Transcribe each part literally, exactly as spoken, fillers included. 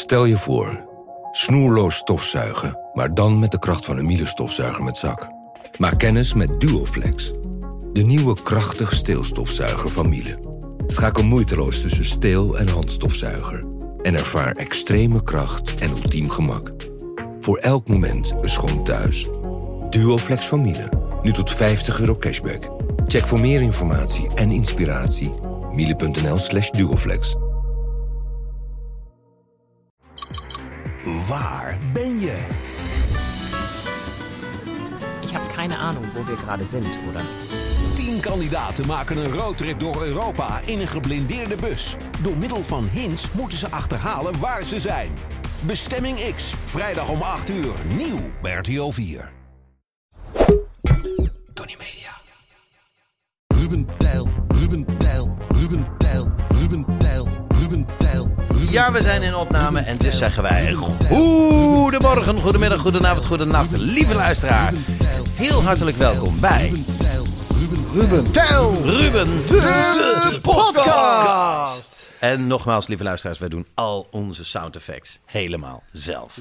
Stel je voor, snoerloos stofzuigen, maar dan met de kracht van een Miele stofzuiger met zak. Maak kennis met Duoflex, de nieuwe krachtig steelstofzuiger van Miele. Schakel moeiteloos tussen steel- en handstofzuiger en ervaar extreme kracht en ultiem gemak. Voor elk moment een schoon thuis. Duoflex van Miele, nu tot vijftig euro cashback. Check voor meer informatie en inspiratie miele.nl slash duoflex. Waar ben je? Ich habe keine Ahnung, wo wir gerade sind, oder? Tien kandidaten maken een roadtrip door Europa in een geblindeerde bus. Door middel van hints moeten ze achterhalen waar ze zijn. Bestemming X, vrijdag om acht uur, nieuw bij R T L vier. Tony Media. Ruben Tijl, Ruben Tijl, Ruben Tijl, Ruben Tijl, Ruben Tijl. Ja, we zijn in opname en dus zeggen wij goedemorgen, goedemiddag, goedenavond, goedenacht, lieve luisteraar. Heel hartelijk welkom bij Ruben Tijl, Ruben de, de podcast. En nogmaals, lieve luisteraars, wij doen al onze sound effects helemaal zelf.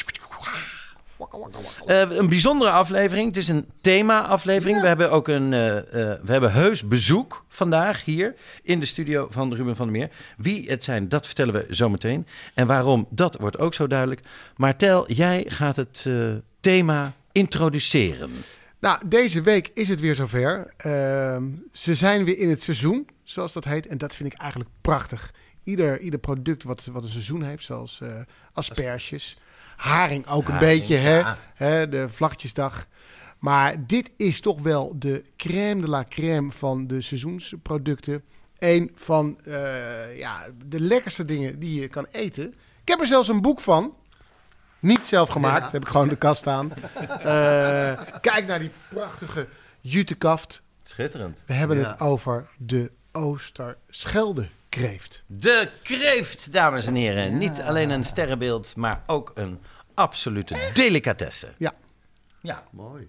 Uh, een bijzondere aflevering. Het is een thema-aflevering. Ja. We hebben ook een, uh, uh, we hebben heus bezoek vandaag hier in de studio van Ruben van der Meer. Wie het zijn, dat vertellen we zo meteen. En waarom, dat wordt ook zo duidelijk. Maar Tel, jij gaat het uh, thema introduceren. Nou, deze week is het weer zover. Uh, ze zijn weer in het seizoen, zoals dat heet. En dat vind ik eigenlijk prachtig. Ieder, ieder product wat, wat een seizoen heeft, zoals uh, asperges. Haring ook Haring, een beetje, ja. hè? hè? De Vlaggetjesdag. Maar dit is toch wel de crème de la crème van de seizoensproducten. Een van uh, ja, de lekkerste dingen die je kan eten. Ik heb er zelfs een boek van. Niet zelf gemaakt, ja. Heb ik gewoon in de kast staan. Uh, kijk naar die prachtige jutekaft. Schitterend. We hebben ja. het over de Oosterschelde kreeft. De kreeft, dames en heren. Ja. Niet alleen een sterrenbeeld, maar ook een absolute delicatesse. Ja. Ja. Mooi.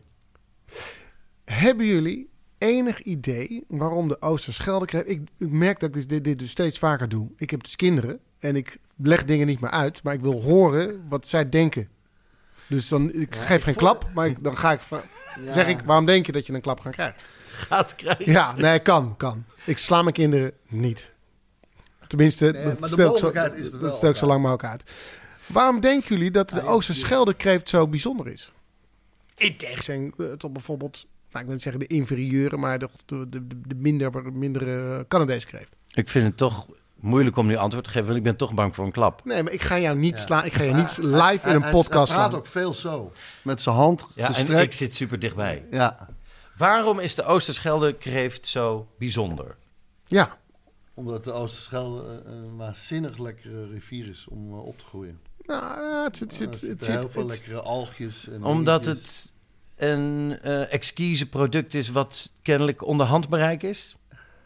Hebben jullie enig idee waarom de Oosterschelde kreeft... Ik, ik merk dat ik dit, dit dus steeds vaker doe. Ik heb dus kinderen en ik leg dingen niet meer uit, maar ik wil horen wat zij denken. Dus dan, ik ja, geef ik geen klap, het... maar ik, dan ga ik, ja. zeg ik, waarom denk je dat je een klap gaat krijgen? Gaat krijgen? Ja, nee, kan, kan. Ik sla mijn kinderen niet. Tenminste, nee, dat stel ik, zo, dat stel ik zo lang mogelijk uit. Waarom denken jullie dat de Oosterschelde kreeft zo bijzonder is? In tegenstelling tot bijvoorbeeld, nou, ik wil niet zeggen de inferieure, maar de, de, de, de minder, mindere Canadese kreeft. Ik vind het toch moeilijk om nu antwoord te geven, want ik ben toch bang voor een klap. Nee, maar ik ga jou niet ja. slaan. Ik ga je niet live hij, in een hij, podcast slaan. Hij praat slaan. ook veel zo. Met zijn hand ja, gestrekt. En ik zit super dichtbij. Ja. Waarom is de Oosterschelde kreeft zo bijzonder? Ja. Omdat de Oosterschelde een waanzinnig lekkere rivier is om uh, op te groeien. Nou, ja, het zit... Er zitten heel veel lekkere algjes. En omdat dingetjes. het een uh, exquise product is wat kennelijk onder handbereik is?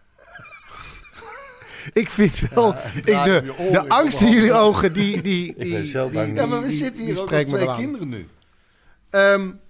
Ik vind wel... Ja, ik de, oren, de angst in jullie ogen, die... die, die, ik ben zo bang. Die, ja, maar we die, zitten hier ook als twee kinderen nu. Um,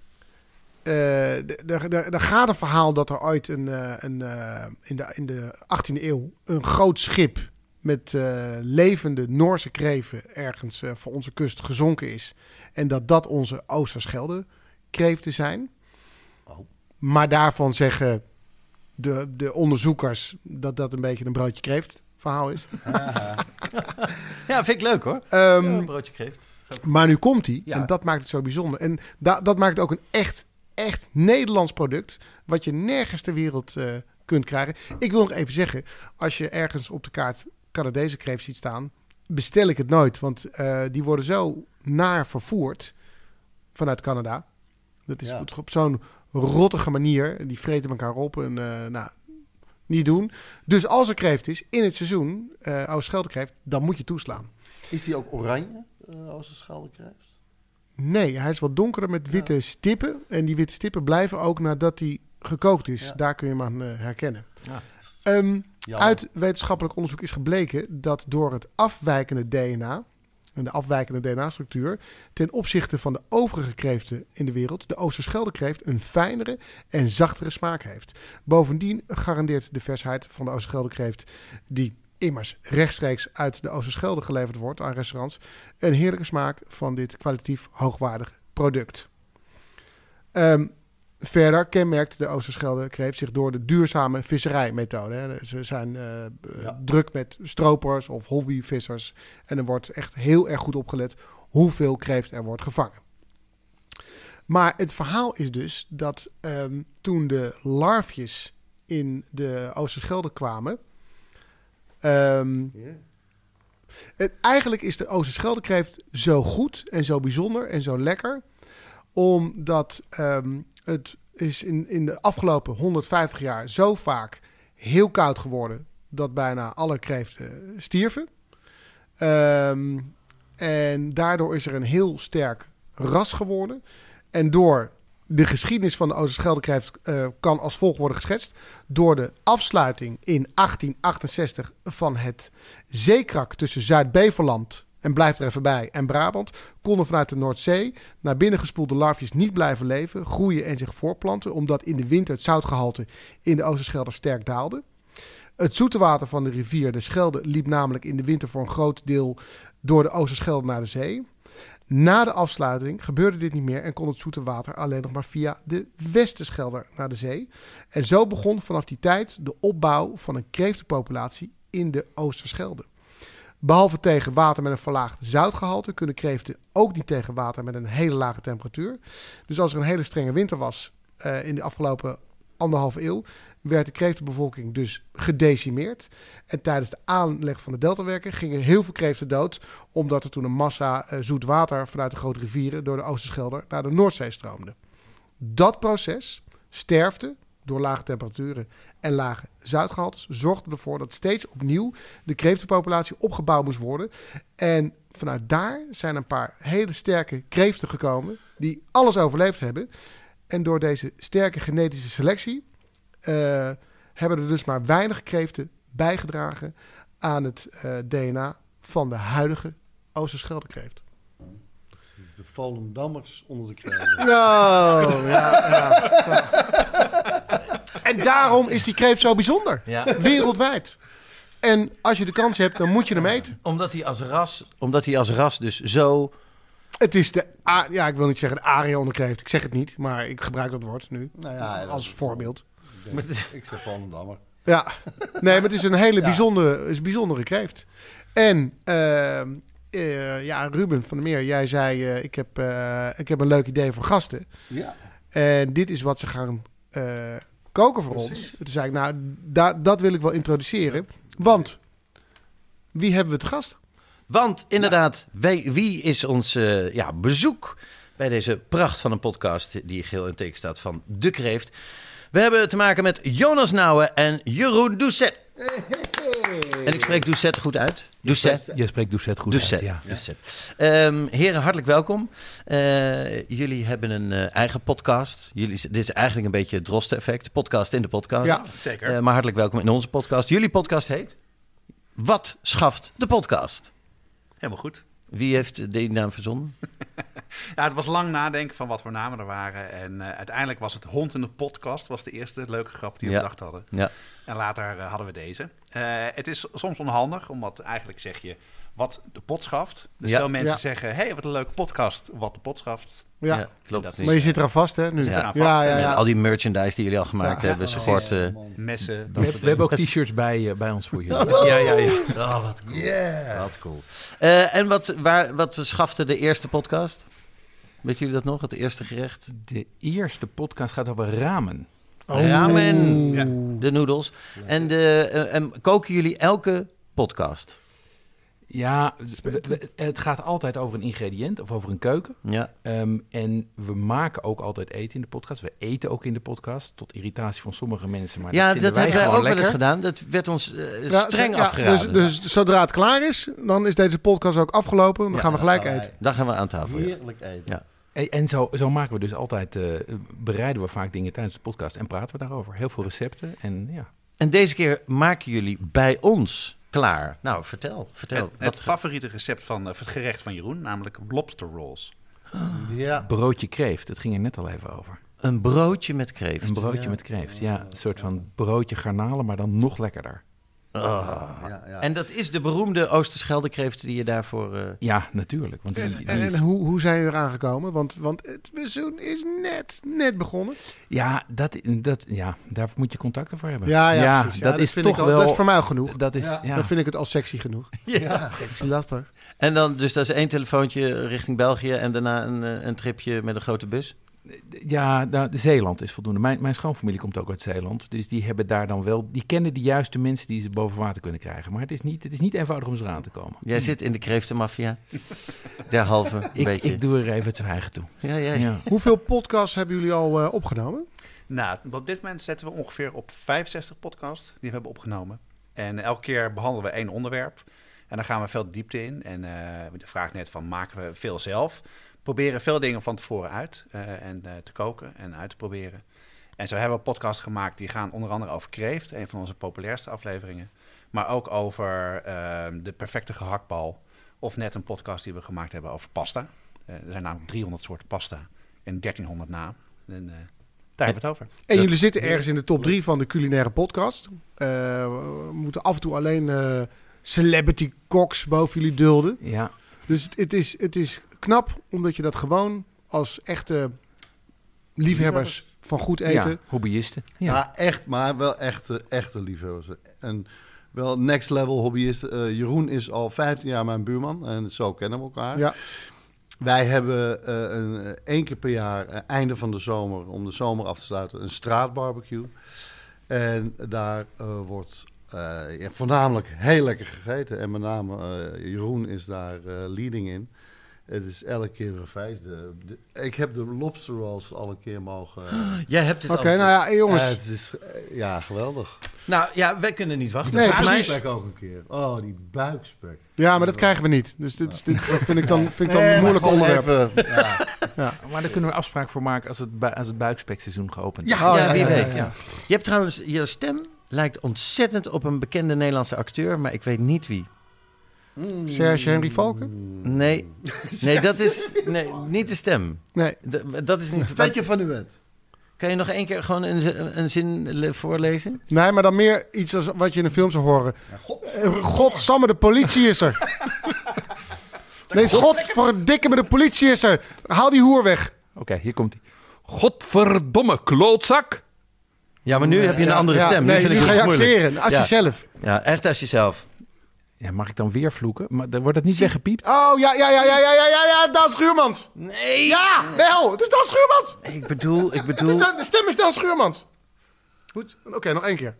uh, er gaat een verhaal dat er ooit een, uh, een, uh, in, de, in de achttiende eeuw... een groot schip met uh, levende Noorse kreven... ergens uh, voor onze kust gezonken is. En dat dat onze Oosterschelde kreeften zijn. Oh. Maar daarvan zeggen de, de onderzoekers... dat dat een beetje een broodje kreeft verhaal is. Ja, vind ik leuk hoor. Um, ja, een broodje kreeft. Maar nu komt hij ja. en dat maakt het zo bijzonder. En da- dat maakt het ook een echt, echt Nederlands product... wat je nergens ter wereld uh, kunt krijgen. Ik wil nog even zeggen, als je ergens op de kaart Canadese kreeft ziet staan... bestel ik het nooit, want uh, die worden zo naar vervoerd vanuit Canada. Dat is ja. op zo'n rottige manier. Die vreten elkaar op en uh, nou... niet doen. Dus als er kreeft is in het seizoen, uh, Oosterschelde kreeft, dan moet je toeslaan. Is die ook oranje, uh, Oosterschelde kreeft? Nee, hij is wat donkerder met witte ja. stippen. En die witte stippen blijven ook nadat hij gekookt is. Ja. Daar kun je hem aan uh, herkennen. Ja. Um, uit wetenschappelijk onderzoek is gebleken dat door het afwijkende D N A... en de afwijkende D N A-structuur... ten opzichte van de overige kreeften in de wereld... de Oosterschelde kreeft een fijnere en zachtere smaak heeft. Bovendien garandeert de versheid van de Oosterschelde kreeft... die immers rechtstreeks uit de Oosterschelde geleverd wordt aan restaurants, een heerlijke smaak van dit kwalitatief hoogwaardig product. Um, verder kenmerkt de Oosterschelde kreeft zich door de duurzame visserijmethode. Hè. Ze zijn uh, ja. druk met stropers of hobbyvissers en er wordt echt heel erg goed opgelet hoeveel kreeft er wordt gevangen. Maar het verhaal is dus dat um, toen de larfjes in de Oosterschelde kwamen, Um, yeah. het, eigenlijk is de Oosterscheldekreeft zo goed en zo bijzonder en zo lekker, omdat um, het is in, in de afgelopen honderdvijftig jaar zo vaak heel koud geworden dat bijna alle kreeften stierven. Um, en daardoor is er een heel sterk ras geworden. En door de geschiedenis van de Oosterscheldekreeft uh, kan als volgt worden geschetst. Door de afsluiting in achttien achtenzestig van het zeekrak tussen Zuid-Beverland, en blijft er even bij, en Brabant, konden vanuit de Noordzee naar binnen gespoelde larfjes niet blijven leven, groeien en zich voortplanten, omdat in de winter het zoutgehalte in de Oosterschelde sterk daalde. Het zoete water van de rivier de Schelde liep namelijk in de winter voor een groot deel door de Oosterschelde naar de zee. Na de afsluiting gebeurde dit niet meer en kon het zoete water alleen nog maar via de Westerschelde naar de zee. En zo begon vanaf die tijd de opbouw van een kreeftenpopulatie in de Oosterschelde. Behalve tegen water met een verlaagd zoutgehalte kunnen kreeften ook niet tegen water met een hele lage temperatuur. Dus als er een hele strenge winter was uh, in de afgelopen anderhalve eeuw, werd de kreeftenbevolking dus gedecimeerd. En tijdens de aanleg van de deltawerken gingen heel veel kreeften dood, omdat er toen een massa uh, zoet water vanuit de grote rivieren door de Oosterschelde naar de Noordzee stroomde. Dat proces, sterfte door lage temperaturen en lage zoutgehaltes, zorgde ervoor dat steeds opnieuw de kreeftenpopulatie opgebouwd moest worden. En vanuit daar zijn een paar hele sterke kreeften gekomen die alles overleefd hebben. En door deze sterke genetische selectie Uh, hebben er dus maar weinig kreeften bijgedragen aan het uh, D N A van de huidige Oosterscheldekreeft. Dat is de Volendammers onder de kreeften. Nou, ja, ja, ja. En daarom is die kreeft zo bijzonder. Ja. Wereldwijd. En als je de kans hebt, dan moet je hem eten. Omdat hij als ras, omdat hij als ras dus zo... Het is de, ja, ik wil niet zeggen de aria onderkreeft. Ik zeg het niet, maar ik gebruik dat woord nu nou ja, als is, voorbeeld. Ik, denk, ik zeg Volendammer. Ja, nee, maar het is een hele bijzondere, is een bijzondere kreeft. En uh, uh, ja, Ruben van der Meer, jij zei, uh, ik, heb, uh, ik heb een leuk idee voor gasten. Ja. En dit is wat ze gaan uh, koken voor Precies. ons. Toen zei ik, nou, da- dat wil ik wel introduceren. Want, wie hebben we te gast? Want inderdaad, wij, wie is ons uh, ja, bezoek bij deze pracht van een podcast die geheel in teken staat van De Kreeft? We hebben te maken met Jonas Nouwen en Jeroen Doucet. Hey, hey. En ik spreek Doucet goed uit. Doucet. Je spreekt Doucet goed Doucet. uit, ja. Doucet. Um, heren, hartelijk welkom. Uh, jullie hebben een uh, eigen podcast. Jullie, dit is eigenlijk een beetje het Drosten-effect. Podcast in de podcast. Ja, zeker. Uh, maar hartelijk welkom in onze podcast. Jullie podcast heet Wat schaft de podcast? Helemaal goed. Wie heeft die naam verzonnen? Ja, het was lang nadenken van wat voor namen er waren. En uh, uiteindelijk was het Hond in de Podcast. Was de eerste leuke grap die we ja. bedacht hadden. Ja. En later uh, hadden we deze. Uh, het is soms onhandig, omdat eigenlijk zeg je wat de pot schaft. Dus ja. veel mensen ja. zeggen, hey, wat een leuke podcast. Wat de pot schaft. Ja, ja klopt. Maar je zit eraan vast, hè? Nu. Ja. Ja. Vast, ja, ja, ja. Al die merchandise die jullie al gemaakt ja. hebben. Ja. Support, uh, messen. We, we hebben ook t-shirts bij, uh, bij ons voor jullie. Oh. Ja, ja, ja. Oh, wat cool. Yeah. Wat cool. Uh, en wat, waar, wat schafte de eerste podcast? Weet jullie dat nog, het eerste gerecht? De eerste podcast gaat over ramen. Oh. Ramen, ja. De noedels. En, de, uh, en koken jullie elke podcast? Ja, het gaat altijd over een ingrediënt of over een keuken. Ja. Um, en we maken ook altijd eten in de podcast. We eten ook in de podcast, tot irritatie van sommige mensen. Maar ja, dat, dat hebben wij ook lekker. wel eens gedaan. Dat werd ons uh, ja, streng ja, afgeraden. Dus, dus zodra het klaar is, dan is deze podcast ook afgelopen. Dan ja, gaan we gelijk dan eten. Dan gaan we aan tafel. Heerlijk eten. Ja. En zo, zo maken we dus altijd, uh, bereiden we vaak dingen tijdens de podcast en praten we daarover. Heel veel recepten en ja. En deze keer maken jullie bij ons klaar. Nou, vertel. vertel. Het, het favoriete recept van het gerecht van Jeroen, namelijk lobster rolls. Oh. Ja. Broodje kreeft, het ging er net al even over. Een broodje met kreeft. Een broodje ja. met kreeft, ja. Een soort van broodje garnalen, maar dan nog lekkerder. Oh. Ja, ja. En dat is de beroemde Oosterscheldekreeft die je daarvoor... Uh... Ja, natuurlijk. Want die, en die en, is... en hoe, hoe zijn jullie eraan gekomen? Want, want het seizoen is net, net begonnen. Ja, dat, dat, ja, daar moet je contacten voor hebben. Ja, ja, ja precies. Ja, dat, dat is vind toch ik al, wel... Dat is voor mij al genoeg. Dat is, ja. Ja. Dan vind ik het al sexy genoeg. Ja, sexy latbaar. En dan, dus dat is één telefoontje richting België en daarna een, een tripje met een grote bus? Ja, nou, de Zeeland is voldoende. Mijn, mijn schoonfamilie komt ook uit Zeeland. Dus die hebben daar dan wel... Die kennen de juiste mensen die ze boven water kunnen krijgen. Maar het is niet, het is niet eenvoudig om ze eraan te komen. Jij zit in de kreeftenmafia. Derhalve een ik, beetje. Ik doe er even het zwijgen toe. Ja, ja, ja. Hoeveel podcasts hebben jullie al uh, opgenomen? Nou, op dit moment zetten we ongeveer op vijfenzestig podcasts die we hebben opgenomen. En elke keer behandelen we één onderwerp. En dan gaan we veel diepte in. En uh, de vraag net van, maken we veel zelf? Proberen veel dingen van tevoren uit uh, en uh, te koken en uit te proberen. En zo hebben we podcasts gemaakt die gaan onder andere over kreeft, een van onze populairste afleveringen. Maar ook over uh, de perfecte gehaktbal. Of net een podcast die we gemaakt hebben over pasta. Uh, er zijn namelijk driehonderd soorten pasta en dertienhonderd na. En uh, daar hebben we het over. En jullie zitten ergens in de top drie van de culinaire podcast. Uh, we moeten af en toe alleen uh, celebrity koks boven jullie dulden. Ja. Dus het, het, is, het is knap, omdat je dat gewoon als echte liefhebbers van goed eten... Ja, hobbyisten. Ja. ja, echt, maar wel echte, echte liefhebbers. En wel next level hobbyisten. Uh, Jeroen is al vijftien jaar mijn buurman en zo kennen we elkaar. Ja. Wij hebben uh, een, één keer per jaar, uh, einde van de zomer, om de zomer af te sluiten, een straatbarbecue. En daar uh, wordt... Uh, ja, voornamelijk heel lekker gegeten. En met name uh, Jeroen is daar uh, leading in. Het is elke keer een feest. De, de, ik heb de lobster rolls al een keer mogen... Uh, Jij hebt het Oké, okay, nou ja, jongens. Uh, het is, uh, ja, geweldig. Nou ja, wij kunnen niet wachten. Nee, de buikspek ook een keer. Oh, die buikspek. Ja, maar dat krijgen we niet. Dus dit, dit vind ik dan, vind ik dan nee, een moeilijk onderwerp. Even, ja. Ja. Maar daar kunnen we afspraak voor maken als het, bu- als het buikspekseizoen geopend is. Ja, ja, wie weet. Ja. Ja. Je hebt trouwens, je stem lijkt ontzettend op een bekende Nederlandse acteur, maar ik weet niet wie. Mm. Serge Henry Valken? Nee, nee, dat is nee, niet de stem. Nee. D- dat is niet. Weet je van u bent? Kan je nog één keer gewoon een, een zin voorlezen? Nee, maar dan meer iets als wat je in een film zou horen. Ja, God. Godsamme, de politie is er. Nee, godverdikke me, de politie is er. Haal die hoer weg. Oké, okay, hier komt hij. Godverdomme klootzak. Ja, maar nu ja, heb je een ja, andere ja, stem. Nee, nu vind die ik ga je moeilijk. acteren, als ja. jezelf. Ja, echt als jezelf. Ja, mag ik dan weer vloeken? Maar dan wordt het niet Zie. weggepiept? Oh, ja, ja, ja, ja, ja, ja, ja, ja, Dan Schuurmans. Nee. Ja, wel, het is Dan Schuurmans. Ik bedoel, ik bedoel... Dan, de stem is Dan Schuurmans. Goed, oké, okay, nog één keer.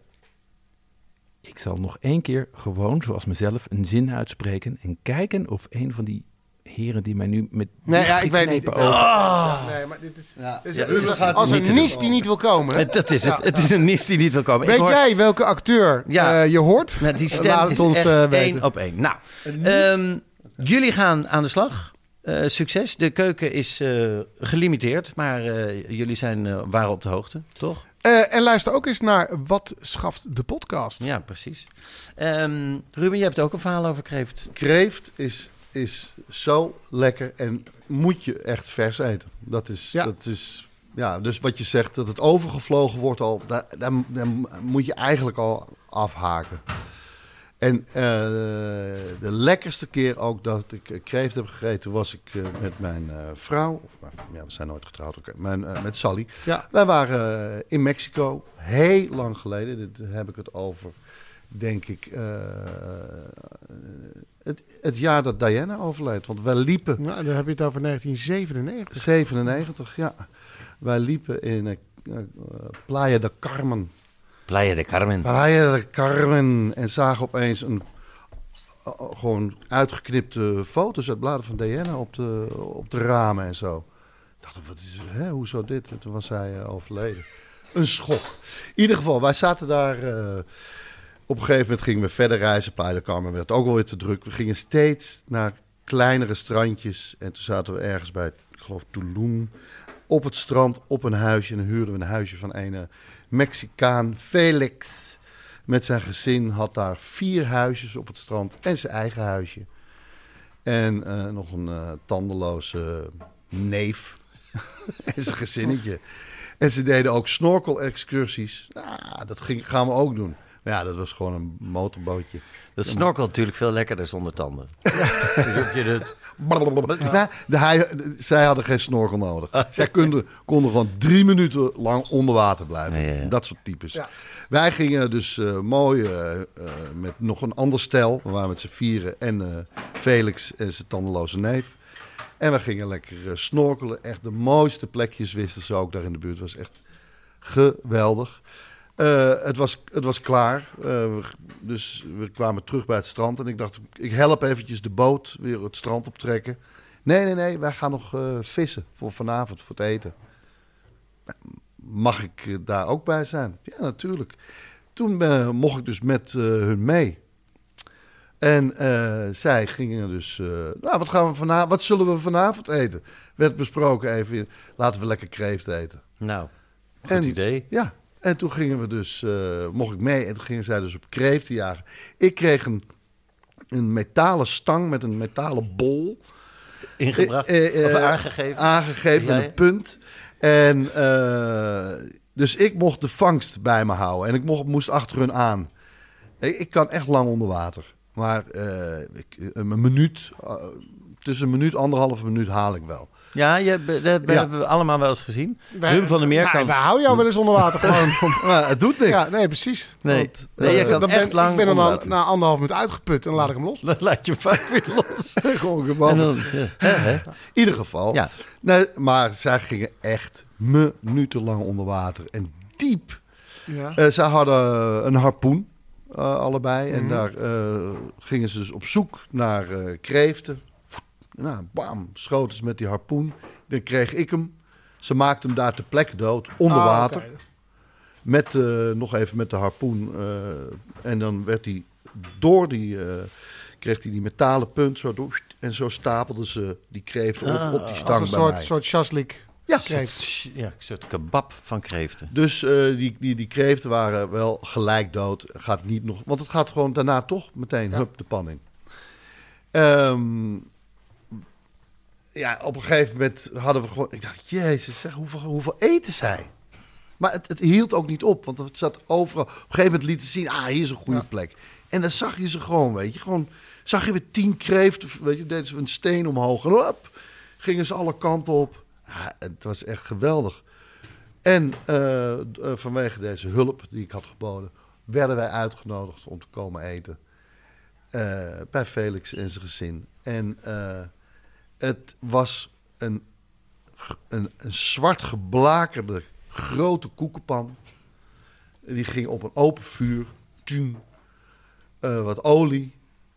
Ik zal nog één keer gewoon, zoals mezelf, een zin uitspreken en kijken of een van die heren die mij nu met... Nee, ja, ik weet niet. Ik over... oh. ja, nee, maar dit is... Ja. Is Ja, het, is het, als een nies die niet wil komen. Hè? Dat is het. Ja. Het is een nies die niet wil komen. Weet hoor... jij welke acteur ja. uh, je hoort? Nou, die stem uh, is ons, echt uh, één op één. Nou, um, jullie gaan aan de slag. Uh, succes. De keuken is uh, gelimiteerd, maar uh, jullie zijn, uh, waren op de hoogte, toch? Uh, en luister ook eens naar Wat Schaft de Podcast. Ja, precies. Um, Ruben, je hebt ook een verhaal over kreeft. Kreeft is... is zo lekker en moet je echt vers eten. Dat is, ja. dat is ja, dus wat je zegt, dat het overgevlogen wordt al, daar, daar, daar moet je eigenlijk al afhaken. En uh, de lekkerste keer ook dat ik kreeft heb gegeten, was ik uh, met mijn uh, vrouw, of, ja, we zijn nooit getrouwd, okay, mijn, uh, met Sally. Ja. Wij waren uh, in Mexico, heel lang geleden, dit heb ik het over, denk ik, uh, het, het jaar dat Diana overleed. Want wij liepen... Nou, dan heb je het over negentien zevenennegentig. zevenennegentig, ja. Wij liepen in uh, uh, Playa de Carmen. Playa de Carmen. Playa de Carmen. En zagen opeens een uh, gewoon uitgeknipte foto's uit bladen van Diana op de, op de ramen en zo. Ik dacht, wat is, hè, hoezo dit? En toen was zij uh, overleden. Een schok. In ieder geval, wij zaten daar... Uh, Op een gegeven moment gingen we verder reizen. Playa de Carmen werd ook alweer te druk. We gingen steeds naar kleinere strandjes. En toen zaten we ergens bij, ik geloof Tulum, op het strand, op een huisje. En dan huurden we een huisje van een Mexicaan, Felix. Met zijn gezin had daar vier huisjes op het strand en zijn eigen huisje. En uh, nog een uh, tandeloze neef en zijn gezinnetje. En ze deden ook snorkel-excursies. Nou, dat ging, gaan we ook doen. Ja, dat was gewoon een motorbootje. Dat snorkelt natuurlijk veel lekkerder zonder tanden. Ja. je het... Ja. De, hij, zij hadden geen snorkel nodig. Ah, zij konden, konden gewoon drie minuten lang onder water blijven. Ja, ja, ja. Dat soort types. Ja. Wij gingen dus uh, mooi uh, uh, met nog een ander stel. We waren met z'n vieren en uh, Felix en zijn tandeloze neef. En we gingen lekker uh, snorkelen. Echt de mooiste plekjes wisten ze ook daar in de buurt. Het was echt geweldig. Uh, het, was, het was klaar. Uh, we, dus we kwamen terug bij het strand. En ik dacht, ik help eventjes de boot weer het strand optrekken. Nee, nee, nee. Wij gaan nog uh, vissen voor vanavond, voor het eten. Mag ik uh, daar ook bij zijn? Ja, natuurlijk. Toen uh, mocht ik dus met uh, hun mee. En uh, zij gingen dus... Uh, nou, wat, gaan we vanavond, wat zullen we vanavond eten? Werd besproken even. Laten we lekker kreeft eten. Nou, goed en, idee. Ja. En toen gingen we dus, uh, mocht ik mee en toen gingen zij dus op kreeften jagen. Ik kreeg een, een metalen stang met een metalen bol. Ingebracht uh, uh, of aangegeven? Aangegeven met een punt. En uh, dus ik mocht de vangst bij me houden en ik mocht, moest achter hun aan. Ik, ik kan echt lang onder water. Maar uh, ik, een minuut, uh, tussen een minuut, anderhalve minuut haal ik wel. Ja, je, dat ja. hebben we allemaal wel eens gezien. Wij, Ruben van der Meer nou, kan... Wij houden jou wel eens onder water gewoon. Maar het doet niks. Ja, nee, precies. Nee, Want, nee je uh, kan echt ben, lang Ik ben dan na anderhalf minuut uitgeput en dan laat ik hem los. Dan laat je vaak weer los. Gewoon gewoon. Dan, ja. He, in ieder geval. Ja. Nee, maar zij gingen echt minutenlang onder water. En diep. Ja. Uh, zij hadden een harpoen. Uh, allebei. Mm-hmm. En daar uh, gingen ze dus op zoek naar uh, kreeften. Nou, bam, schoten ze met die harpoen. Dan kreeg ik hem. Ze maakten hem daar ter plekke dood, onder ah, water. Okay. Met, uh, nog even met de harpoen. Uh, en dan werd hij door die... Uh, kreeg hij die metalen punt zo door. En zo stapelden ze die kreeften op, ah, op die stang als een bij soort, mij. soort shaslik. Ja, kreeft. Ja, een soort kebab van kreeften. Dus uh, die, die, die kreeften waren wel gelijk dood. Gaat niet nog, want het gaat gewoon daarna toch meteen, ja. hup, de pan in. Um, ja, op een gegeven moment hadden we gewoon... Ik dacht, jezus, zeg, hoeveel, hoeveel eten zij? Maar het, het hield ook niet op, want het zat overal... Op een gegeven moment lieten ze zien, ah, hier is een goede ja. plek. En dan zag je ze gewoon, weet je. Gewoon, zag je weer tien kreeften, weet je. Deden ze een steen omhoog en hop, gingen ze alle kanten op. Ja, het was echt geweldig. En uh, uh, vanwege deze hulp die ik had geboden... werden wij uitgenodigd om te komen eten. Uh, bij Felix en zijn gezin. En uh, het was een, een, een zwart geblakerde grote koekenpan. Die ging op een open vuur. Tjum, uh, wat olie.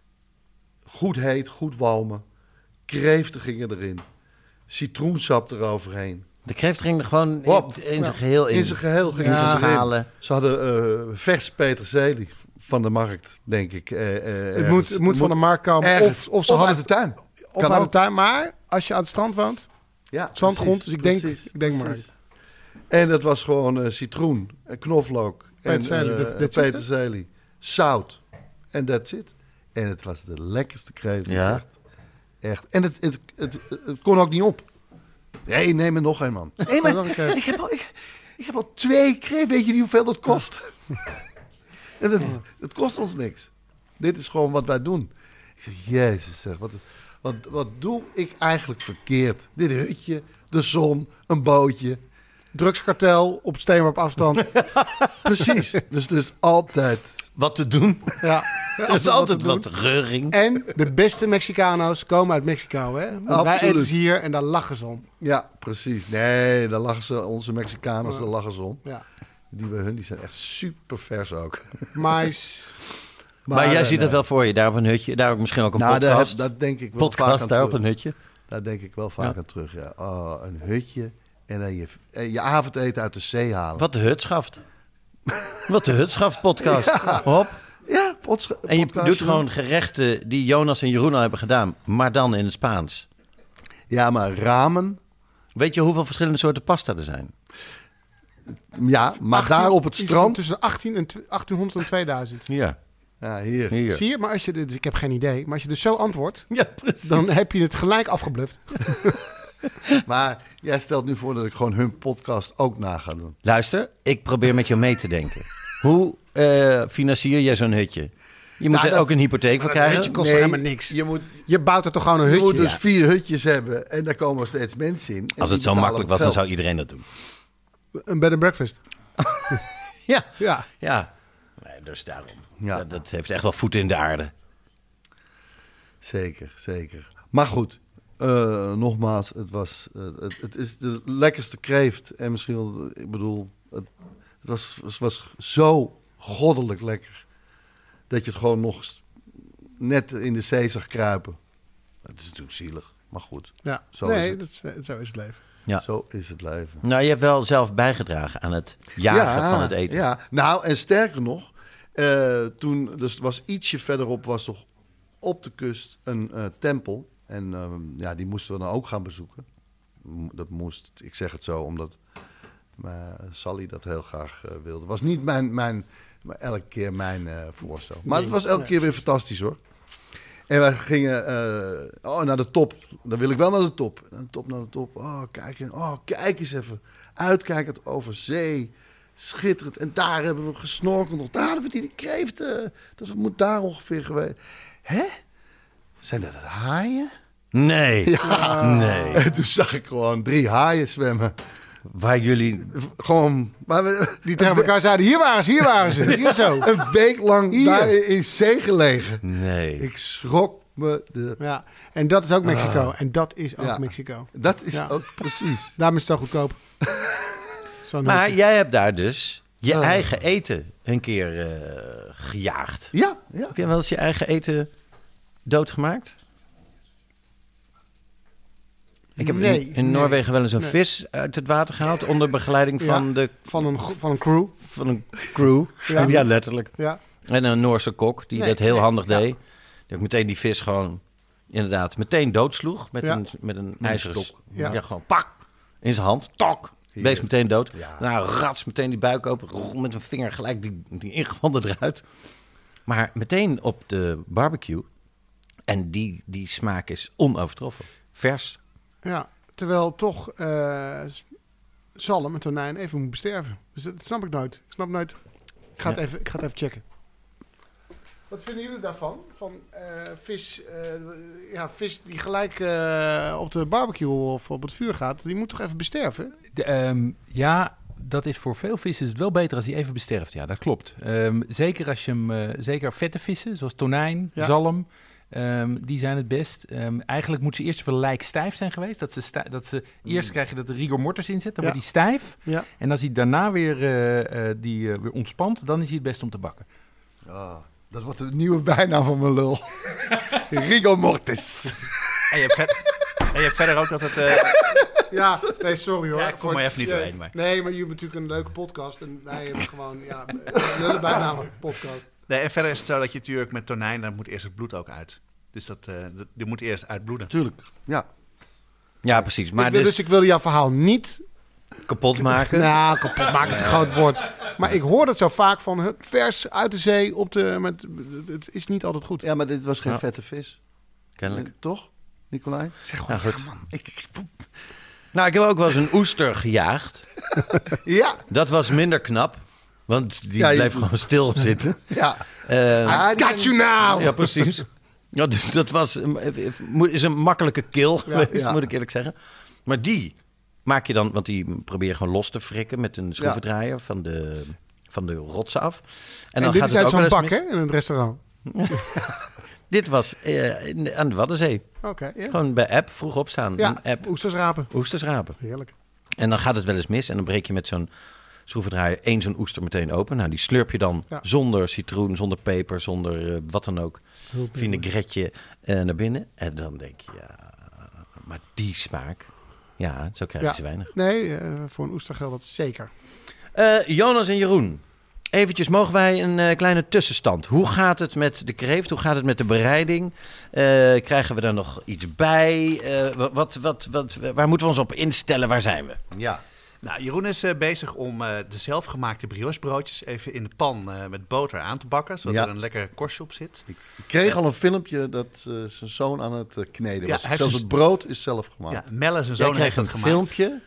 Goed heet, goed walmen. Kreeften gingen erin. Citroensap eroverheen. De kreeft ging er gewoon in, in ja. zijn geheel in. In zijn geheel gingen ja. ze schalen. Ze hadden uh, vers peterselie van de markt, denk ik. Uh, uh, het moet, het moet van de markt komen. Ergens, of, of ze of hadden uit de tuin. Of kan uit ook. de tuin. Maar als je aan het strand woont, ja, zandgrond. Dus ik denk, precies, ik denk precies. maar. En dat was gewoon uh, citroen, en knoflook peterselie, en uh, dat, dat peterselie, zout en that's it. En het was de lekkerste kreeft. Ja. Echt. Echt. En het, het, het, het, het kon ook niet op. Nee, neem er nog een, man. Nee, maar ik, heb al, ik, ik heb al twee kreeft. Weet je niet hoeveel dat kost? En het, het kost ons niks. Dit is gewoon wat wij doen. Ik zeg, jezus, zeg, wat, wat, wat doe ik eigenlijk verkeerd? Dit hutje, de zon, een bootje. Drugskartel op steenworp afstand. Precies. Dus er is altijd... Wat te doen. Ja. Er is altijd wat, wat reuring. En de beste Mexicano's komen uit Mexico, hè? Wij eten ze hier en daar lachen ze om. Ja, precies. Nee, daar lachen ze, onze Mexicano's, daar lachen ze om. Ja. Die bij hun, die zijn echt super vers ook. Mais. Maar, maar jij uh, ziet nee. dat wel voor je, daar op een hutje, daar ook misschien ook een nou, podcast. Dat denk ik wel podcast, vaak aan daar terug. op een hutje. Daar denk ik wel vaak ja. aan terug, ja. Oh, een hutje en dan je, je avondeten uit de zee halen. Wat de hut schaft. Wat de hut schaft podcast. Ja. Hop. Ja, potscha- en je doet gewoon gerechten die Jonas en Jeroen al hebben gedaan, maar dan in het Spaans. Ja, maar ramen. Weet je hoeveel verschillende soorten pasta er zijn? Ja, maar achttien, daar op het strand... Tussen achttien en achttienhonderd en tweeduizend. Ja. Ja, hier. hier. Zie je, maar als je... Dus ik heb geen idee, maar als je dus zo antwoordt... Ja, precies. Dan heb je het gelijk afgebluft. Maar jij stelt nu voor dat ik gewoon hun podcast ook na ga doen. Luister, ik probeer met jou mee te denken. Hoe uh, financier jij zo'n hutje? Je moet nou, er dat, ook een hypotheek voor krijgen. Een hutje kost nee, helemaal niks. Je, moet, je bouwt er toch gewoon een hutje? Je moet dus ja. vier hutjes hebben en daar komen steeds mensen in. Als het zo makkelijk was, dan zou iedereen dat doen. Een bed and breakfast. ja. Ja. ja. Nee, dus daarom. Ja. Dat, dat heeft echt wel voeten in de aarde. Zeker, zeker. Maar goed, uh, nogmaals, het, was, uh, het, het is de lekkerste kreeft. En misschien wel, ik bedoel, het, het, was, het was zo goddelijk lekker. Dat je het gewoon nog net in de zee zag kruipen. Het is natuurlijk zielig, maar goed. Ja, zo nee, is het. Dat is, zo is het leven. Ja. Zo is het leven. Nou, je hebt wel zelf bijgedragen aan het jagen ja, van het eten. Ja, nou, en sterker nog, uh, toen, dus was ietsje verderop, was toch op de kust een uh, tempel. En uh, ja, die moesten we dan ook gaan bezoeken. Dat moest, ik zeg het zo, omdat uh, Sally dat heel graag uh, wilde. Het was niet mijn, mijn, maar elke keer mijn uh, voorstel. Maar het was elke keer weer fantastisch, hoor. En wij gingen uh, oh, naar de top. Dan wil ik wel naar de top. Naar de top, naar de top. Oh, kijk, oh, kijk eens even. Uitkijkend over zee. Schitterend. En daar hebben we gesnorkeld. Nog daar hebben we die kreeften. Dat moet daar ongeveer geweest. Hè? Zijn dat haaien? Nee. Ja. Nee. En toen zag ik gewoon drie haaien zwemmen. Waar jullie... Gewoon... Waar we, die tegen elkaar zeiden, hier waren ze, hier waren ze. Hier zo. Een week lang hier. Daar in zee gelegen. Nee. Ik schrok me de... Ja, en dat is ook Mexico. Uh, en dat is ook ja. Mexico. Dat is ja. ook precies. Daarom is het zo goedkoop. Zo maar jij hebt daar dus je uh. eigen eten een keer uh, gejaagd. Ja, ja. Heb je wel eens je eigen eten doodgemaakt? Ik heb nee, in, in nee, Noorwegen wel eens een nee. vis uit het water gehaald onder begeleiding van ja, de... Van een, van een crew. Van een crew, ja, ja letterlijk. Ja. En een Noorse kok die nee, dat heel nee, handig ja. deed. Die ook meteen die vis gewoon, inderdaad, meteen doodsloeg met ja. een, met een ijzeren stok. Ja. ja, gewoon pak, in zijn hand, tok. Bleef meteen dood. Ja. Nou, rats, meteen die buik open, met een vinger gelijk die, die ingewanden eruit. Maar meteen op de barbecue. En die, die smaak is onovertroffen. Vers. Ja, terwijl toch uh, zalm en tonijn even moet besterven. Dus dat snap ik nooit. Ik snap nooit. Ik ga, ja. het, even, ik ga het even checken. Wat vinden jullie daarvan? Van uh, vis, uh, ja, vis die gelijk uh, op de barbecue of op het vuur gaat, die moet toch even besterven? De, um, ja, dat is voor veel vissen is het wel beter als die even besterft. Ja, dat klopt. Um, zeker als je hem, uh, zeker vette vissen, zoals tonijn, ja. zalm. Um, die zijn het best. Um, eigenlijk moet ze eerst even lijkstijf zijn geweest. Dat ze sta- dat ze, mm. Eerst krijg je dat de rigor mortis in zit. Dan ja. wordt die stijf. Ja. En als hij daarna weer, uh, uh, die, uh, weer ontspant, dan is hij het best om te bakken. Oh, dat wordt de nieuwe bijnaam van mijn lul. Rigor mortis. En je hebt, ver- en je hebt verder ook dat het... Uh... Ja, nee, sorry hoor. Ja, ik kom maar even niet ja, doorheen. Maar. Nee, maar je hebt natuurlijk een leuke podcast. En wij hebben gewoon, ja, lullen bijnamen podcast. Nee, en verder is het zo dat je natuurlijk met tonijn, dan moet eerst het bloed ook uit. Dus dat, uh, dat die moet eerst uitbloeden. Tuurlijk, ja. Ja, precies. Maar ik wil, dus... dus ik wil jouw verhaal niet... Kapot maken? Nou, kapot maken is een groot woord. Maar ik hoor het zo vaak van het vers uit de zee op de... Met, het is niet altijd goed. Ja, maar dit was geen ja. vette vis. Kennelijk. Nee, toch, Nicolai? Zeg gewoon, ja, goed. Ja, man. Ik, ik... Nou, ik heb ook wel eens een oester gejaagd. Ja. Dat was minder knap. Want die ja, je... bleef gewoon stil zitten. Ja. Uh, I got you now! Ja, precies. Ja, dus dat was, is een makkelijke kill geweest, ja, ja. moet ik eerlijk zeggen. Maar die maak je dan, want die probeer je gewoon los te frikken met een schroevendraaier ja. van, de, van de rotsen af. En, en dan dit gaat is het uit ook zo'n bak, mis. hè, in het restaurant? Dit was uh, in, aan de Waddenzee. Okay, yeah. Gewoon bij app, vroeg opstaan. Ja, app. oesters rapen. Oesters rapen. Heerlijk. En dan gaat het wel eens mis en dan breek je met zo'n schroevendraaier één zo'n oester meteen open. Nou, die slurp je dan ja. zonder citroen, zonder peper, zonder uh, wat dan ook. Vinaigretje uh, naar binnen. En dan denk je, ja, maar die smaak, ja, zo krijg je ja. ze weinig. Nee, uh, voor een oester geldt dat zeker. Uh, Jonas en Jeroen, eventjes, mogen wij een uh, kleine tussenstand? Hoe gaat het met de kreeft? Hoe gaat het met de bereiding? Uh, krijgen we daar nog iets bij? Uh, wat, wat, wat, waar moeten we ons op instellen? Waar zijn we? Ja. Nou, Jeroen is uh, bezig om uh, de zelfgemaakte briochebroodjes even in de pan uh, met boter aan te bakken, zodat ja. er een lekker korstje op zit. Ik kreeg uh, al een filmpje dat uh, zijn zoon aan het uh, kneden was. Ja, Zelfs het brood is zelf gemaakt. Ja, Melle, zijn zoon, Jij heeft een het gemaakt. Filmpje?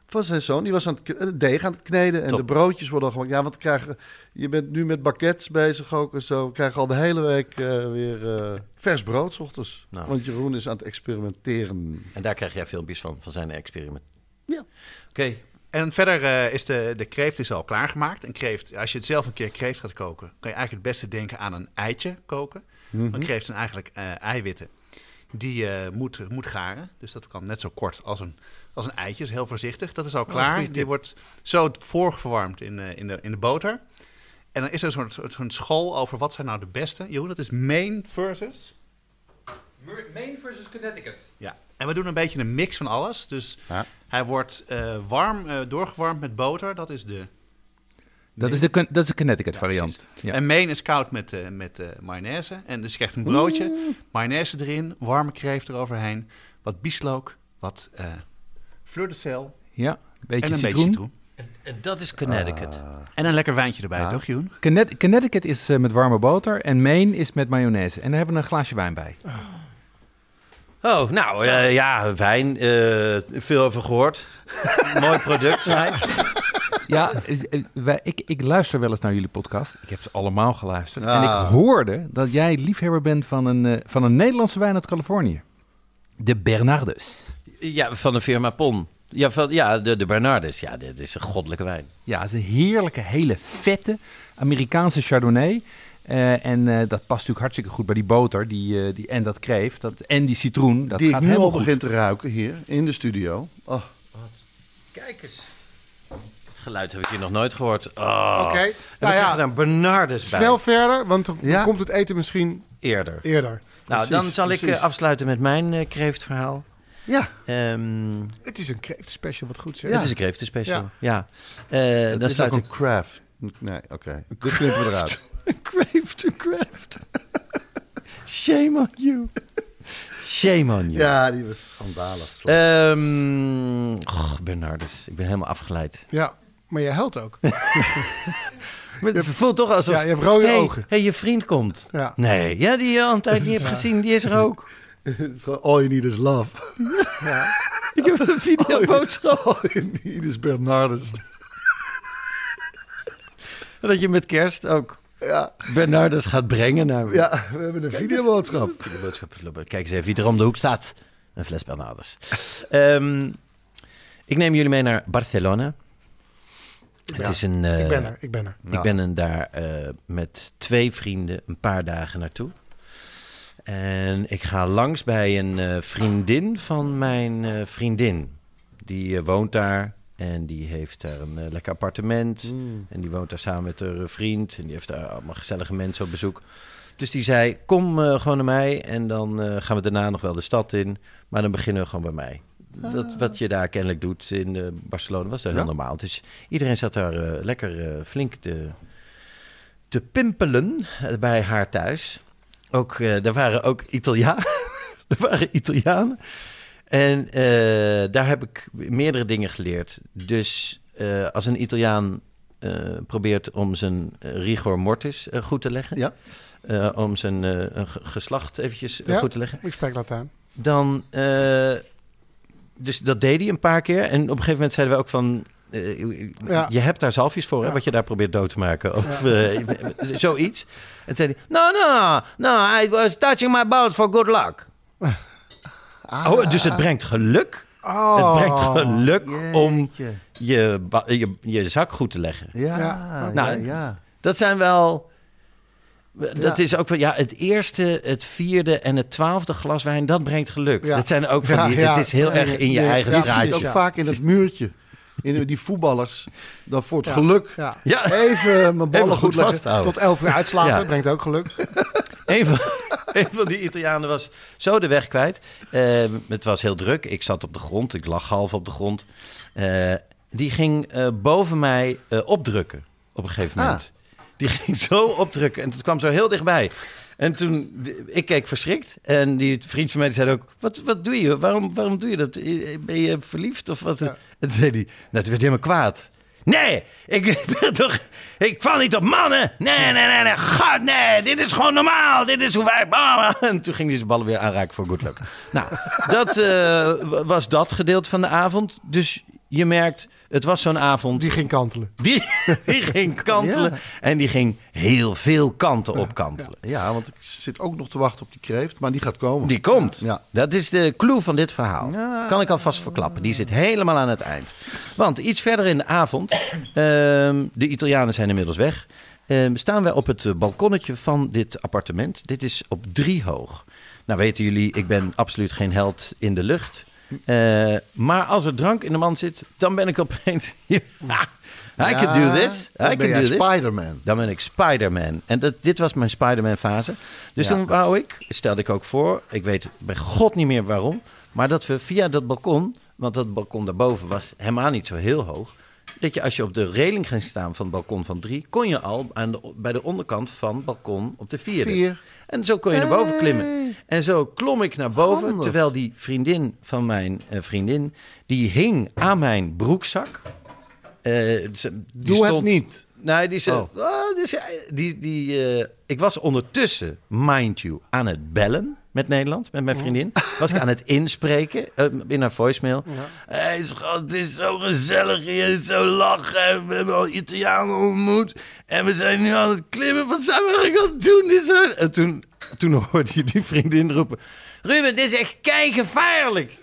van zijn zoon. Die was aan het, het deeg aan het kneden en Top. de broodjes worden al gewoon... Ja, want krijgen, je bent nu met baguettes bezig ook en zo. We krijgen al de hele week uh, weer uh, vers brood 's ochtends. Nou. Want Jeroen is aan het experimenteren. En daar krijg jij filmpjes van, van zijn experiment. Ja. Oké. Okay. En verder uh, is de, de kreeft is al klaargemaakt. En kreeft, als je het zelf een keer kreeft gaat koken, kan je eigenlijk het beste denken aan een eitje koken. Mm-hmm. Want kreeft zijn eigenlijk uh, eiwitten die je uh, moet, moet garen. Dus dat kan net zo kort als een, als een eitje. Dus heel voorzichtig. Dat is al klaar. Oh, die wordt zo voorverwarmd in, uh, in, de, in de boter. En dan is er zo'n zo'n school over wat zijn nou de beste. Jeroen, dat is Maine versus... Maine versus Connecticut. Ja. En we doen een beetje een mix van alles. Dus ja. hij wordt uh, warm, uh, doorgewarmd met boter. Dat is de... Dat is de, dat is de Connecticut ja, variant. Ja. En Maine is koud met, uh, met uh, mayonaise. En dus je krijgt een broodje, Oeh. mayonaise erin, warme kreeft eroverheen. Wat bieslook, wat uh, fleur de sel. Ja, een beetje en een citroen. Beetje citroen. En, en dat is Connecticut. Uh, en een lekker wijntje erbij, ja. toch Joen? Connecticut is uh, met warme boter en Maine is met mayonaise. En daar hebben we een glaasje wijn bij. Oh. Oh, nou uh, ja, wijn. Uh, veel over gehoord. Mooi product, zei Ja, wij, ik, ik luister wel eens naar jullie podcast. Ik heb ze allemaal geluisterd. Ah. En ik hoorde dat jij liefhebber bent van een, uh, van een Nederlandse wijn uit Californië. De Bernardus. Ja, van de firma Pon. Ja, van, ja de, de Bernardus. Ja, dit is een goddelijke wijn. Ja, het is een heerlijke, hele vette Amerikaanse Chardonnay. Uh, en uh, dat past natuurlijk hartstikke goed bij die boter die, uh, die, en dat kreeft. Dat, en die citroen. Dat die gaat ik nu al goed. begin te ruiken hier in de studio. Oh. Kijk eens. Dat geluid heb ik hier nog nooit gehoord. Oh. Oké. Okay. En nou dan ja, krijg je daar Bernardus bij. Snel verder, want dan ja? komt het eten misschien eerder. eerder. Nou, precies, dan zal precies. ik uh, afsluiten met mijn uh, kreeftverhaal. Ja. Um, het is een kreeftspecial, wat goed zeg. Ja. Het is een kreeftspecial, ja. ja. Uh, het dan is sluit ook ik... een craft. Nee, oké. Okay. Dit knippen we eruit. Een craft, een craft. Shame on you. Shame on you. Ja, die was schandalig. Um, oh, Bernardus, ik ben helemaal afgeleid. Ja, maar je huilt ook. Maar het voelt toch alsof... Ja, je hebt rode hey, ogen. Hé, hey, je vriend komt. Ja. Nee, ja, die je al een tijd niet hebt ja. gezien, die is er ook. Het is gewoon all you need is love. Ja. Ik heb een videoboodschap. All you need is Bernardus. Dat je met kerst ook ja. Bernardus gaat brengen naar me. Ja, we hebben een videoboodschap. Videoboodschap. Kijk eens even wie er om de hoek staat. Een fles Bernardus. um, ik neem jullie mee naar Barcelona. Ja, het is een, uh, ik ben er, ik ben er. Ik ja. ben er daar uh, met twee vrienden een paar dagen naartoe. En ik ga langs bij een uh, vriendin van mijn uh, vriendin. Die uh, woont daar. En die heeft daar een uh, lekker appartement. Mm. En die woont daar samen met haar vriend. En die heeft daar allemaal gezellige mensen op bezoek. Dus die zei, kom uh, gewoon naar mij. En dan uh, gaan we daarna nog wel de stad in. Maar dan beginnen we gewoon bij mij. Ah. Dat, wat je daar kennelijk doet in uh, Barcelona was dat heel ja. normaal. Dus iedereen zat daar uh, lekker uh, flink te, te pimpelen uh, bij haar thuis. Ook, uh, er waren ook Italianen. er waren Italianen. En uh, daar heb ik meerdere dingen geleerd. Dus uh, als een Italiaan uh, probeert om zijn uh, rigor mortis uh, goed te leggen... Ja. Uh, om zijn uh, geslacht eventjes uh, ja, goed te leggen... ik spreek Latijn. Dan, uh, dus dat deed hij een paar keer. En op een gegeven moment zeiden we ook van... Uh, ja. Je hebt daar zalfjes voor, hè, ja. wat je daar probeert dood te maken. Of ja. uh, zoiets. En toen zei hij... No, no, no, I was touching my balls for good luck. Ah. Oh, dus het brengt geluk. Oh, het brengt geluk jeetje. om je, je, je zak goed te leggen. Ja, ja. Nou, ja, ja. Dat zijn wel... Dat ja. is ook wel... Ja, het eerste, het vierde en het twaalfde glas wijn, dat brengt geluk. Ja. Dat zijn ook van die... Ja, ja. Het is heel ja, erg in je ja, eigen ja, straatje. Ja, ook vaak in het muurtje. In die voetballers. Dan voor het ja. geluk. Ja. Ja. Even mijn ballen Even goed vasthouden. Tot elf uur uitslapen, ja. brengt ook geluk. Een van, een van die Italianen was zo de weg kwijt. Uh, het was heel druk. Ik zat op de grond. Ik lag half op de grond. Uh, die ging uh, boven mij uh, opdrukken. Op een gegeven moment. Ah. Die ging zo opdrukken. En het kwam zo heel dichtbij. En toen, ik keek verschrikt. En die vriend van mij die zei ook... Wat, wat doe je? Waarom, waarom doe je dat? Ben je verliefd of wat? Ja. En toen zei hij... Nou, het werd helemaal kwaad. Nee, ik ben toch... Ik val niet op mannen. Nee, nee, nee, nee. God, nee. Dit is gewoon normaal. Dit is hoe wij... En toen ging hij zijn ballen weer aanraken voor good luck. Nou, dat uh, was dat gedeelte van de avond. Dus je merkt, het was zo'n avond... Die ging kantelen. Die, die ging kantelen. Ja. En die ging heel veel kanten op kantelen. Ja. ja, want ik zit ook nog te wachten op die kreeft. Maar die gaat komen. Die komt. Ja. Dat is de clue van dit verhaal. Ja. Kan ik alvast verklappen. Die zit helemaal aan het eind. Want iets verder in de avond... Uh, de Italianen zijn inmiddels weg... Uh, staan wij op het balkonnetje van dit appartement. Dit is op drie hoog. Nou weten jullie, ik ben absoluut geen held in de lucht... Uh, maar als er drank in de man zit, dan ben ik opeens... I ja, can do this. I dan ben can do jij Spider-Man. Dan ben ik Spider-Man. En dat, dit was mijn Spider-Man fase. Dus ja. toen wou ik, stelde ik ook voor... Ik weet bij God niet meer waarom... maar dat we via dat balkon... want dat balkon daarboven was helemaal niet zo heel hoog... dat je als je op de reling ging staan van het balkon van drie... kon je al aan de, bij de onderkant van het balkon op de vierde. Vier. En zo kon je hey. naar boven klimmen. En zo klom ik naar boven, Handig. terwijl die vriendin van mijn uh, vriendin... die hing aan mijn broekzak. Uh, die Doe stond, het niet. Nee, die, zei, oh. oh, die, die, die, uh, ik was ondertussen, mind you, aan het bellen... met Nederland, met mijn vriendin. Was ik aan het inspreken uh, in haar voicemail. Ja. Hey schat, het is zo gezellig hier, zo lachen. We hebben al Italianen ontmoet. En we zijn nu aan het klimmen. Wat zijn we eigenlijk aan het doen? Dit zo... En toen, toen hoorde je die vriendin roepen... Ruben, dit is echt keigevaarlijk.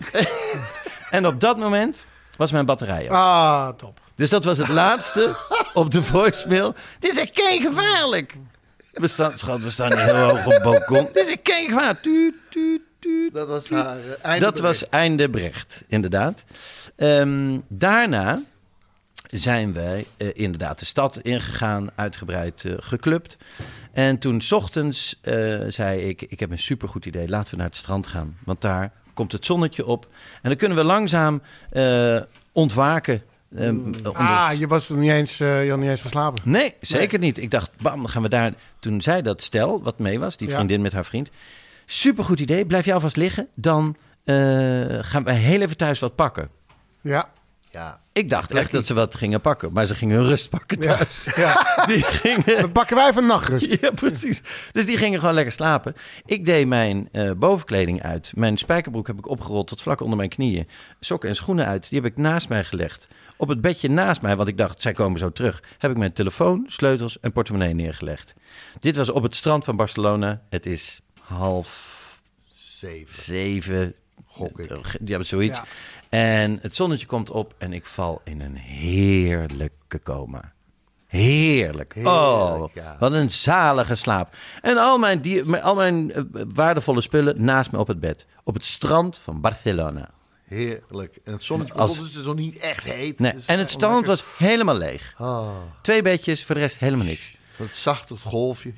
En op dat moment was mijn batterij op. Ah, top. Dus dat was het laatste op de voicemail. Dit is echt keigevaarlijk. We staan, schat, we staan heel hoog op het balkon. Dit is geen gevaar. Tuut, tuut, tuut, dat was haar uh, einde Dat was einde Brecht, inderdaad. Um, daarna zijn wij uh, inderdaad de stad ingegaan, uitgebreid uh, geclubt. En toen 's ochtends uh, zei ik, ik heb een supergoed idee. Laten we naar het strand gaan. Want daar komt het zonnetje op. En dan kunnen we langzaam uh, ontwaken. Um, ah, het... je was er niet eens, uh, je had niet eens geslapen? Nee, zeker nee. niet. Ik dacht, bam, dan gaan we daar... Toen zei dat stel, wat mee was, die vriendin ja. met haar vriend... Supergoed idee, blijf je alvast liggen. Dan uh, gaan we heel even thuis wat pakken. Ja. ja. Ik dacht echt dat ze wat gingen pakken. Maar ze gingen hun rust pakken thuis. Ja. Ja. Die gingen... Dan pakken wij van nachtrust. Ja, precies. Dus die gingen gewoon lekker slapen. Ik deed mijn uh, bovenkleding uit. Mijn spijkerbroek heb ik opgerold tot vlak onder mijn knieën. Sokken en schoenen uit. Die heb ik naast mij gelegd. Op het bedje naast mij, want ik dacht, zij komen zo terug... heb ik mijn telefoon, sleutels en portemonnee neergelegd. Dit was op het strand van Barcelona. Het is half... Zeven. Zeven. Gok ik. Ja, zoiets. Ja. En het zonnetje komt op en ik val in een heerlijke coma. Heerlijk. Heerlijk oh, ja. Wat een zalige slaap. En al mijn, die, al mijn uh, waardevolle spullen naast me op het bed. Op het strand van Barcelona. Heerlijk. En het zonnetje komt op, dus het is nog niet echt heet. Nee. Het en het strand was helemaal leeg. Oh. Twee bedjes, voor de rest helemaal niks. Het zachte golfje.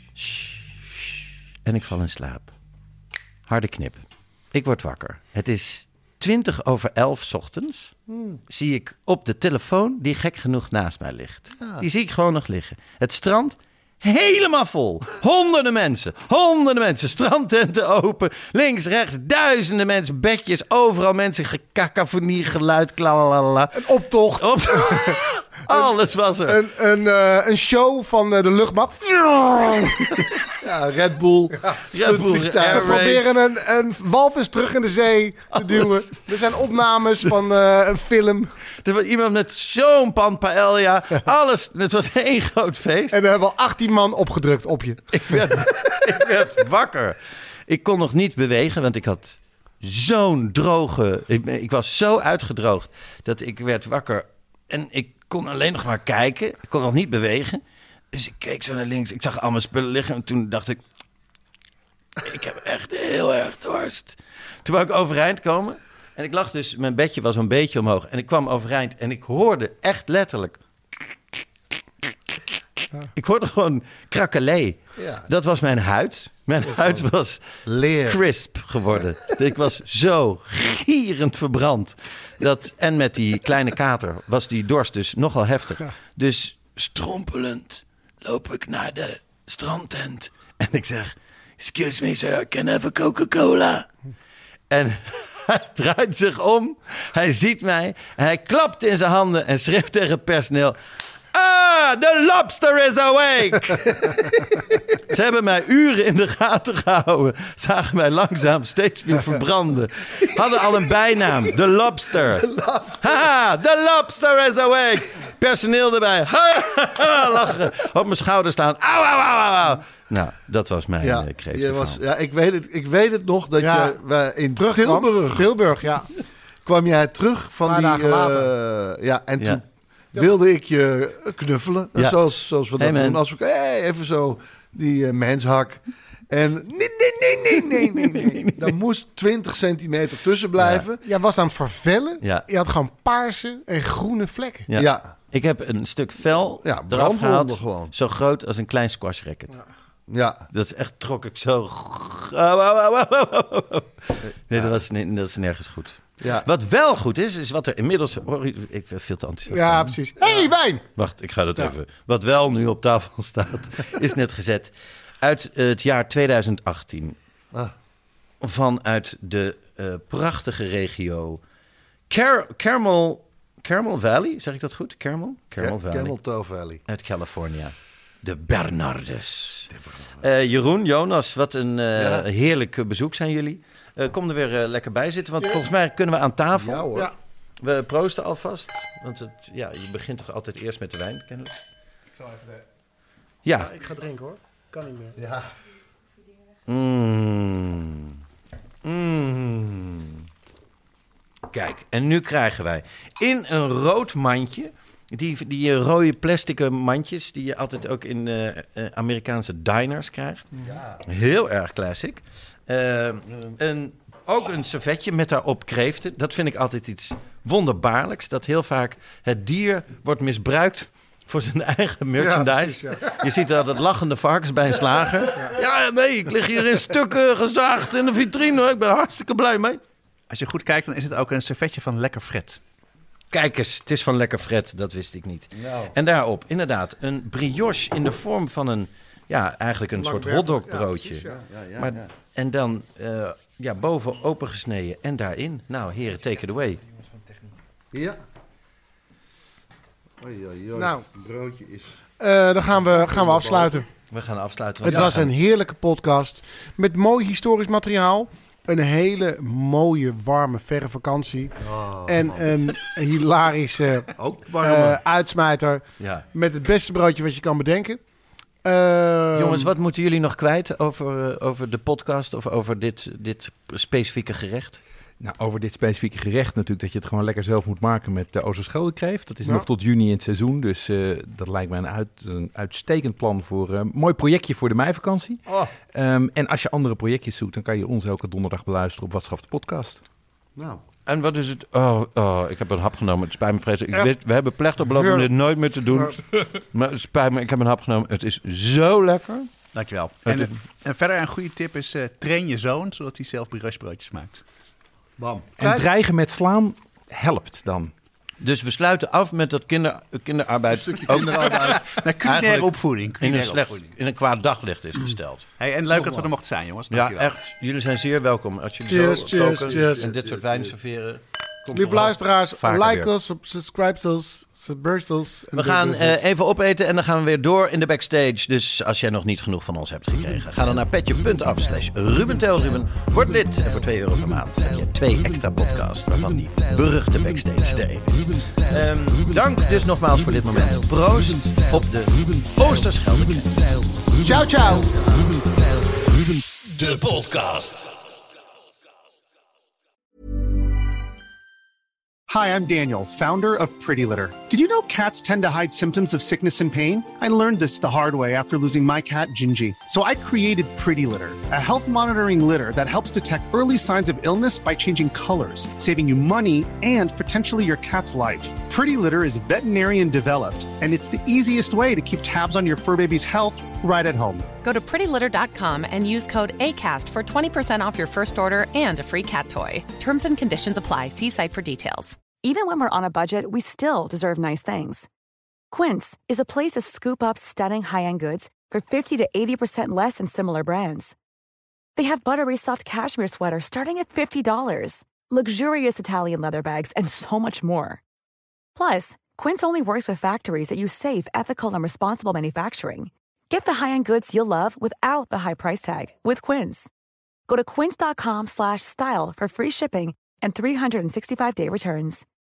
En ik val in slaap. Harde knip. Ik word wakker. Het is twintig over elf 's ochtends. Hmm. Zie ik op de telefoon die gek genoeg naast mij ligt. Ja. Die zie ik gewoon nog liggen. Het strand helemaal vol. Honderden mensen. Honderden mensen. Strandtenten open. Links, rechts. Duizenden mensen. Bedjes. Overal mensen. Gekakafonie, geluid. Klalalala. Een optocht. Optocht. Alles was er. Een, een, uh, een show van uh, de luchtmacht. Ja, Red Bull. Ja, Red Bull Ze proberen een, een walvis terug in de zee te Alles. duwen. Er zijn opnames van uh, een film. Er was iemand met zo'n pan paella. Alles. Het was één groot feest. En er hebben al achttien man opgedrukt op je. Ik werd, ik werd wakker. Ik kon nog niet bewegen, want ik had zo'n droge... Ik, ik was zo uitgedroogd dat ik werd wakker. En ik kon alleen nog maar kijken. Ik kon nog niet bewegen. Dus ik keek zo naar links. Ik zag al mijn spullen liggen. En toen dacht ik... Ik heb echt heel erg dorst. Toen wou ik overeind komen. En ik lag dus... Mijn bedje was een beetje omhoog. En ik kwam overeind. En ik hoorde echt letterlijk... Ik hoorde gewoon krakelee. Ja. Dat was mijn huid. Mijn huid was leer. Crisp geworden. Ik was zo gierend verbrand. Dat, en met die kleine kater was die dorst dus nogal heftig. Dus strompelend loop ik naar de strandtent. En ik zeg... Excuse me sir, can I have a Coca-Cola? En hij draait zich om. Hij ziet mij. En hij klapt in zijn handen en schreeuwt tegen het personeel... Ha! The lobster is awake! Ze hebben mij uren in de gaten gehouden. Zagen mij langzaam steeds meer verbranden. Hadden al een bijnaam. The lobster. The lobster. Ha! The lobster is awake! Personeel erbij. Ha, ha, ha, lachen. Op mijn schouder staan. Auw, auw, auw, auw. Nou, dat was mijn ja, uh, kreeft. Je was, ja, ik weet het, ik weet het nog dat ja. je we, in terug Tilburg, Tilburg, ja. kwam jij terug van Paar die... dagen later. Uh, ja, en ja. toen wilde ik je knuffelen. Ja. Zoals, zoals we dat hey, doen. Als we hey, even zo die uh, menshak. En nee, nee, nee, nee, nee, nee, nee. Daar moest twintig centimeter tussen blijven. Ja. Jij was aan het vervellen. Ja. Je had gewoon paarse en groene vlekken. Ja. ja. Ik heb een stuk vel ja, eraf gehaald. Gewoon. Zo groot als een klein squashracket. Ja. Ja. Dat is echt, trok ik zo... Nee, dat was, nee, dat is nergens goed. Ja. Wat wel goed is, is wat er inmiddels... Oh, ik ben veel te enthousiast. Ja, precies. Hé, hey, wijn! Wacht, ik ga dat Ja. even... Wat wel nu op tafel staat, is net gezet. Uit het jaar tweeduizend achttien. Ah. Vanuit de uh, prachtige regio... Car- Carmel, Carmel Valley, zeg ik dat goed? Carmel? Carmel Valley. Camel Toe Valley. Uit California. De Bernardus. Uh, Jeroen, Jonas, wat een uh, ja. heerlijk bezoek zijn jullie. Uh, kom er weer uh, lekker bij zitten, want volgens mij kunnen we aan tafel. Ja, hoor. Ja. We proosten alvast, want het, ja, je begint toch altijd eerst met de wijn, kennelijk. Ik zal even de... Ja. ja. Ik ga drinken hoor. Kan niet meer. Ja. Mm. Mm. Kijk, en nu krijgen wij in een rood mandje... Die, die rode plastic mandjes die je altijd ook in uh, uh, Amerikaanse diners krijgt. Ja. Heel erg classic. Uh, een, ook een servetje met daarop kreeften. Dat vind ik altijd iets wonderbaarlijks. Dat heel vaak het dier wordt misbruikt voor zijn eigen merchandise. Ja, precies, ja. Je ziet dat het lachende varkens bij een slager. Ja. ja, nee, ik lig hier in stukken gezaagd in de vitrine. Hoor. Ik ben er hartstikke blij mee. Als je goed kijkt, dan is het ook een servetje van Lekker Fred. Kijk eens, het is van Lekker Fred, dat wist ik niet. Nou. En daarop, inderdaad, een brioche in de vorm van een, ja, eigenlijk een soort hotdogbroodje. Ja, ja, ja, maar, ja. En dan, uh, ja, boven opengesneden en daarin. Nou, heren, take it away. Ja. Oei, oei, oei. Nou, het broodje is... Uh, dan gaan we, gaan we afsluiten. We gaan afsluiten. Het ja, was gaan... een heerlijke podcast met mooi historisch materiaal. Een hele mooie, warme, verre vakantie. Oh, en man. een hilarische Ook uh, uitsmijter. Ja. Met het beste broodje wat je kan bedenken. Uh, Jongens, wat moeten jullie nog kwijt over, uh, over de podcast of over dit, dit specifieke gerecht? Nou, over dit specifieke gerecht natuurlijk, dat je het gewoon lekker zelf moet maken met de Oosterscheldekreeft. Dat is Ja. nog tot juni in het seizoen, dus uh, dat lijkt mij een, uit, een uitstekend plan voor een uh, mooi projectje voor de meivakantie. Oh. Um, en als je andere projectjes zoekt, dan kan je ons elke donderdag beluisteren op Wat Schaft de Podcast. Nou. En wat is het? Oh, oh, ik heb een hap genomen. Het spijt me vreselijk. Ik Ja. weet, we hebben plechtig beloofd om Ja. dit nooit meer te doen. Ja. Maar het spijt me, ik heb een hap genomen. Het is zo lekker. Dankjewel. En, uh, en verder een goede tip is, uh, train je zoon, zodat hij zelf briochebroodjes maakt. Bam. En Kijk. dreigen met slaan helpt dan. Dus we sluiten af met dat kinder, kinderarbeid. Een stukje kinderarbeid. Naar culinaire opvoeding. In een, Culinaire slecht, opvoeding. in een kwaad daglicht is gesteld. Hey, en leuk dat we er mochten zijn, jongens. Ja, Dankjewel. echt. Jullie zijn zeer welkom. Als jullie Cheers, zo cheers, koken cheers. en dit Cheers, soort wijn cheers. serveren. komt Lieve vooral luisteraars, vaker like weer. us, subscribe us, subscribe us. We gaan uh, even opeten en dan gaan we weer door in de backstage. Dus als jij nog niet genoeg van ons hebt gekregen, ga dan naar petje.af slash Ruben Tel Ruben. Word lid en voor twee euro per maand heb je twee extra podcasts, waarvan die beruchte backstage de ene. Um, dank dus nogmaals voor dit moment. Proost op de Oosterscheldekreeft. Ciao, ciao. De podcast. Hi, I'm Daniel, founder of Pretty Litter. Did you know cats tend to hide symptoms of sickness and pain? I learned this the hard way after losing my cat, Gingy. So I created Pretty Litter, a health monitoring litter that helps detect early signs of illness by changing colors, saving you money and potentially your cat's life. Pretty Litter is veterinarian developed, and it's the easiest way to keep tabs on your fur baby's health right at home. Go to pretty litter dot com and use code ACAST for twenty percent off your first order and a free cat toy. Terms and conditions apply. See site for details. Even when we're on a budget, we still deserve nice things. Quince is a place to scoop up stunning high-end goods for fifty to eighty percent less than similar brands. They have buttery soft cashmere sweaters starting at fifty dollars, luxurious Italian leather bags, and so much more. Plus, Quince only works with factories that use safe, ethical, and responsible manufacturing. Get the high-end goods you'll love without the high price tag with Quince. Go to quince.com slash style for free shipping and three sixty-five day returns.